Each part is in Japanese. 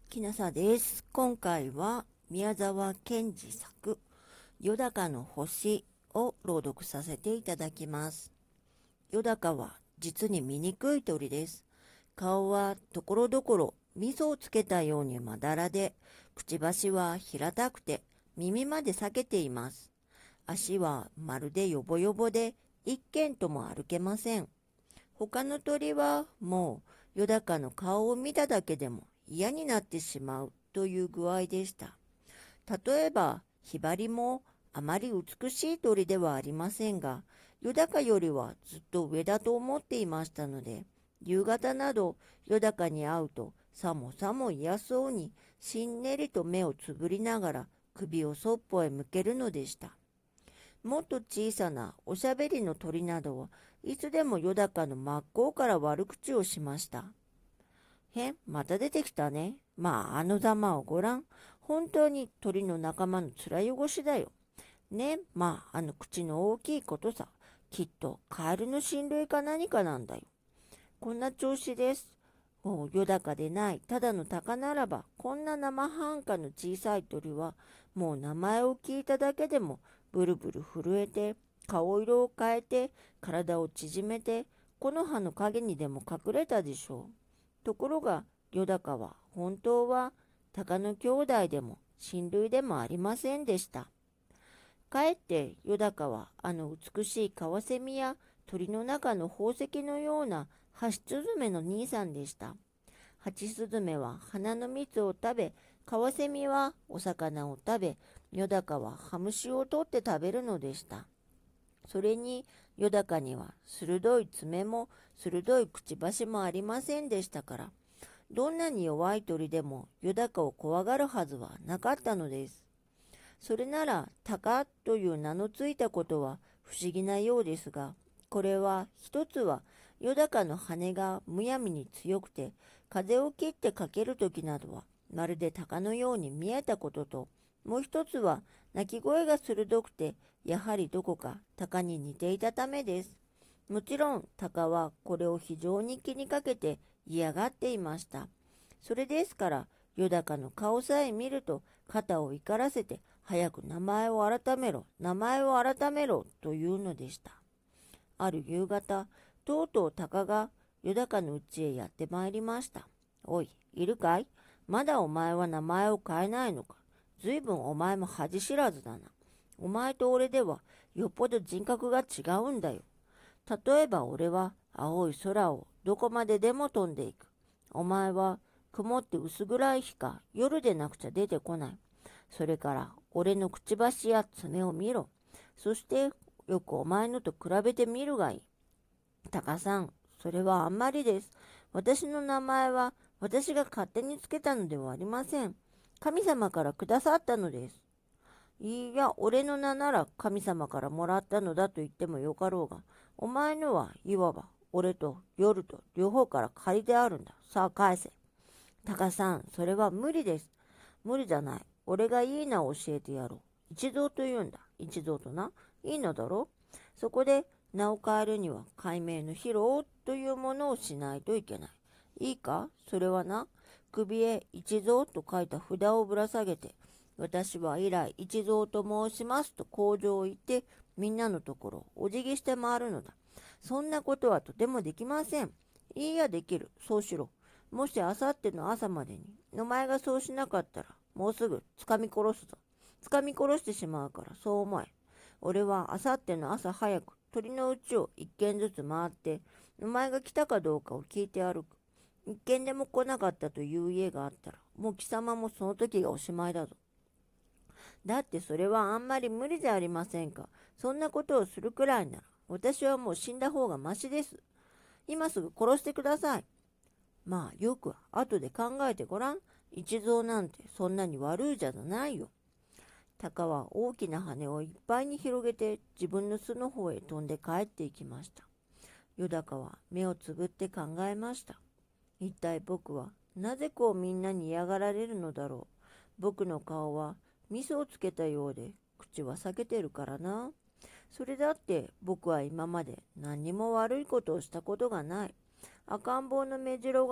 きなさです。今回は宮沢賢治作よだかの星を朗読させていただきます。よだかは実に醜い鳥です。顔はところどころ味噌をつけたようにまだらで、くちばしは平たくて耳まで裂けています。足はまるでヨボヨボで一軒とも歩けません。他の鳥はもうよだかの顔を見ただけでも嫌になってしまうという具合でした。例えばヒバリもあまり美しい鳥ではありませんが、よだかよりはずっと上だと思っていましたので、夕方などよだかに会うとさもさも嫌そうにしんねりと目をつぶりながら首をそっぽへ向けるのでした。もっと小さなおしゃべりの鳥などはいつでもよだかの真っ向から悪口をしました。また出てきたね。まあ、あのざまをごらん。本当に鳥の仲間の面汚しだよ。ね、まあ、あの口の大きいことさ。きっとカエルの親類か何かなんだよ。こんな調子です。もうよだかでない、ただの鷹ならば、こんな生半可の小さい鳥は、もう名前を聞いただけでも、ブルブル震えて、顔色を変えて、体を縮めて、木の葉の陰にでも隠れたでしょう。ところが、よだかは、本当は、鷹の兄弟でも、親類でもありませんでした。かえってよだかはあの美しいカワセミや鳥の中の宝石のようなハシスズメの兄さんでした。ハチスズメは花の蜜を食べ、カワセミはお魚を食べ、よだかはハムシを取って食べるのでした。それによだかには鋭い爪も鋭いくちばしもありませんでしたから、どんなに弱い鳥でもよだかを怖がるはずはなかったのです。それならタカという名のついたことは不思議なようですが、これは一つはよだかの羽がむやみに強くて、風を切ってかけるときなどはまるで鷹のように見えたことと、もう一つは鳴き声が鋭くて、やはりどこか鷹に似ていたためです。もちろん鷹はこれを非常に気にかけて嫌がっていました。それですからよだかの顔さえ見ると肩を怒らせて、早く名前を改めろ、名前を改めろというのでした。ある夕方、とうとう鷹がよだかの家へやってまいりました。おい、いるかい？まだお前は名前を変えないのか？ずいぶんお前も恥知らずだな。お前と俺ではよっぽど人格が違うんだよ。例えば俺は青い空をどこまででも飛んでいく。お前は曇って薄暗い日か夜でなくちゃ出てこない。それから俺のくちばしや爪を見ろ。そしてよくお前のと比べてみるがいい。タカさん、それはあんまりです。私の名前は私が勝手につけたのではありません。神様からくださったのです。いや、俺の名なら神様からもらったのだと言ってもよかろうが、お前のはいわば俺と夜と両方から借りてあるんだ。さあ返せ。タカさん、それは無理です。無理じゃない。俺がいい名を教えてやろう。一蔵と言うんだ。一蔵とな。いいのだろう。そこで名を変えるには改名の披露というものをしないといけない。いいか？それはな、首へ一蔵と書いた札をぶら下げて、私は以来一蔵と申しますと口上を言って、みんなのところをお辞儀して回るのだ。そんなことはとてもできません。いいや、できる。そうしろ。もしあさっての朝までにお前がそうしなかったら、もうすぐ掴み殺すぞ。掴み殺してしまうからそう思え。俺はあさっての朝早く鳥のうちを一軒ずつ回って、お前が来たかどうかを聞いて歩く。一軒でも来なかったという家があったら、もう貴様もその時がおしまいだぞ。だってそれはあんまり無理じゃありませんか。そんなことをするくらいなら、私はもう死んだ方がましです。今すぐ殺してください。まあよく後で考えてごらん。一蔵なんてそんなに悪いじゃないよ。タカは大きな羽をいっぱいに広げて自分の巣の方へ飛んで帰っていきました。よだかは目をつぶって考えました。一体僕はなぜこうみんなに嫌がられるのだろう。僕の顔は味噌をつけたようで口は裂けてるからな。それだって僕は今まで何にも悪いことをしたことがない。赤ん坊の目白が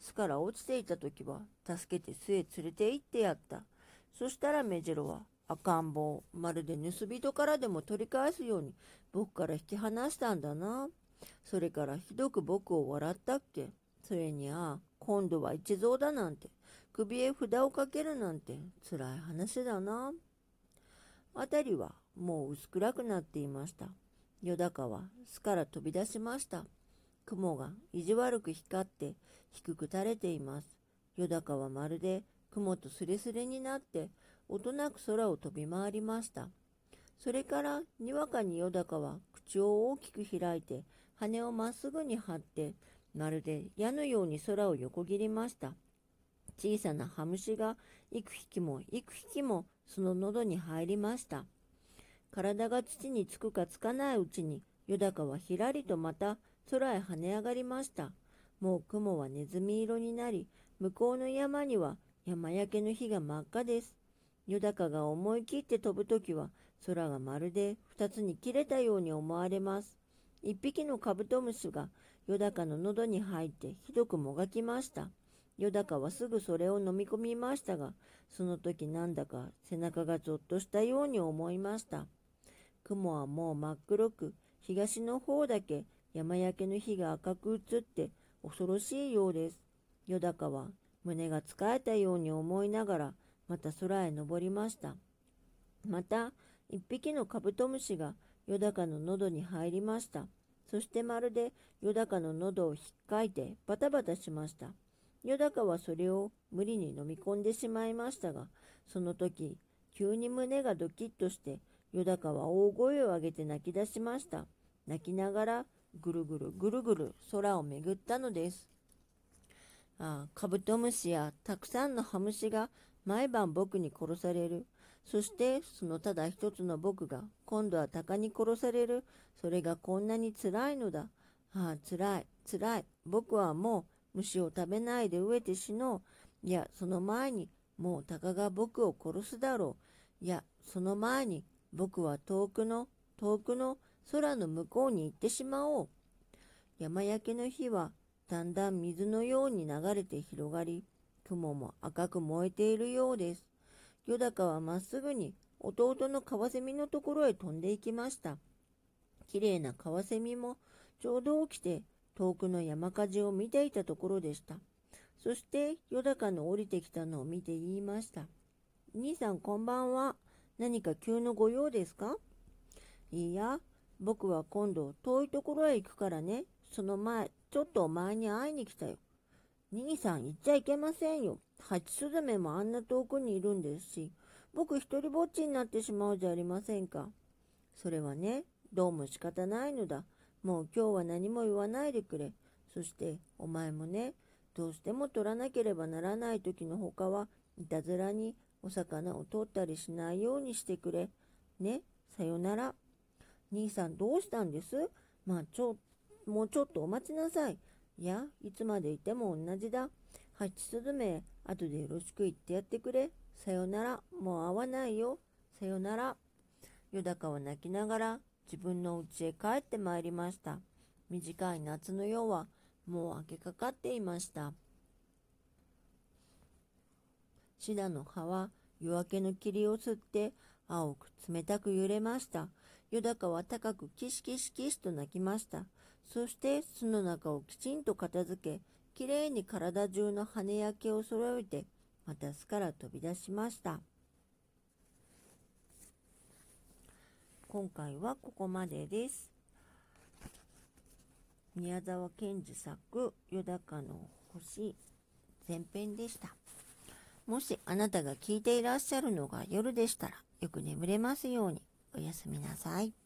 巣から落ちていたときは助けて巣へ連れて行ってやった。そしたらメジロは赤ん坊をまるで盗人からでも取り返すように僕から引き離したんだな。それからひどく僕を笑ったっけ。それに今度は一蔵だなんて、首へ札をかけるなんてつらい話だな。あたりはもう薄暗くなっていました。よだかは巣から飛び出しました。雲が意地悪く光って低く垂れています。よだかはまるで雲とすれすれになっておとなく空を飛び回りました。それからにわかによだかは口を大きく開いて羽をまっすぐに張ってまるで矢のように空を横切りました。小さな羽虫が幾匹も幾匹もその喉に入りました。体が土につくかつかないうちによだかはひらりとまた空へ跳ね上がりました。もう雲はネズミ色になり、向こうの山には山焼けの火が真っ赤です。よだかが思い切って飛ぶときは空がまるで二つに切れたように思われます。一匹のカブトムシがよだかの喉に入ってひどくもがきました。よだかはすぐそれを飲み込みましたが、その時なんだか背中がぞっとしたように思いました。雲はもう真っ黒く、東の方だけ山焼けの火が赤く映って恐ろしいようです。よだかは胸がつかえたように思いながらまた空へ登りました。また一匹のカブトムシがよだかの喉に入りました。そしてまるでよだかの喉をひっかいてバタバタしました。よだかはそれを無理に飲み込んでしまいましたが、その時急に胸がドキッとしてよだかは大声を上げて泣き出しました。泣きながらぐるぐるぐるぐる空を巡ったのです。カブトムシやたくさんのハムシが毎晩僕に殺される。そしてそのただ一つの僕が今度は鷹に殺される。それがこんなにつらいのだ。つらい、つらい。僕はもう虫を食べないで飢えて死のう。いや、その前にもう鷹が僕を殺すだろう。いや、その前に僕は遠くの空の向こうに行ってしまおう。山焼けの火はだんだん水のように流れて広がり、雲も赤く燃えているようです。よだかはまっすぐに弟のカワセミのところへ飛んで行きました。きれいなカワセミもちょうど起きて遠くの山火事を見ていたところでした。そしてよだかの降りてきたのを見て言いました。兄さんこんばんは。何か急のご用ですか？いいや、僕は今度遠いところへ行くからね。その前、ちょっとお前に会いに来たよ。兄さん行っちゃいけませんよ。ハチスズメもあんな遠くにいるんですし、僕一人ぼっちになってしまうじゃありませんか。それはね、どうも仕方ないのだ。もう今日は何も言わないでくれ。そしてお前もね、どうしても取らなければならない時のほかはいたずらにお魚を取ったりしないようにしてくれ。ね、さよなら。兄さんどうしたんです？まあもうちょっとお待ちなさい。いや、いつまでいても同じだ。ハチスズメ、後でよろしく言ってやってくれ。さよなら。もう会わないよ。さよなら。よだかは泣きながら自分の家へ帰ってまいりました。短い夏の夜はもう明けかかっていました。シダの葉は夜明けの霧を吸って青く冷たく揺れました。よだかは高くキシキシキシと鳴きました。そして巣の中をきちんと片付け、きれいに体中の羽焼けを揃えて、また巣から飛び出しました。今回はここまでです。宮沢賢治作よだかの星前編でした。もしあなたが聞いていらっしゃるのが夜でしたら、よく眠れますように。おやすみなさい。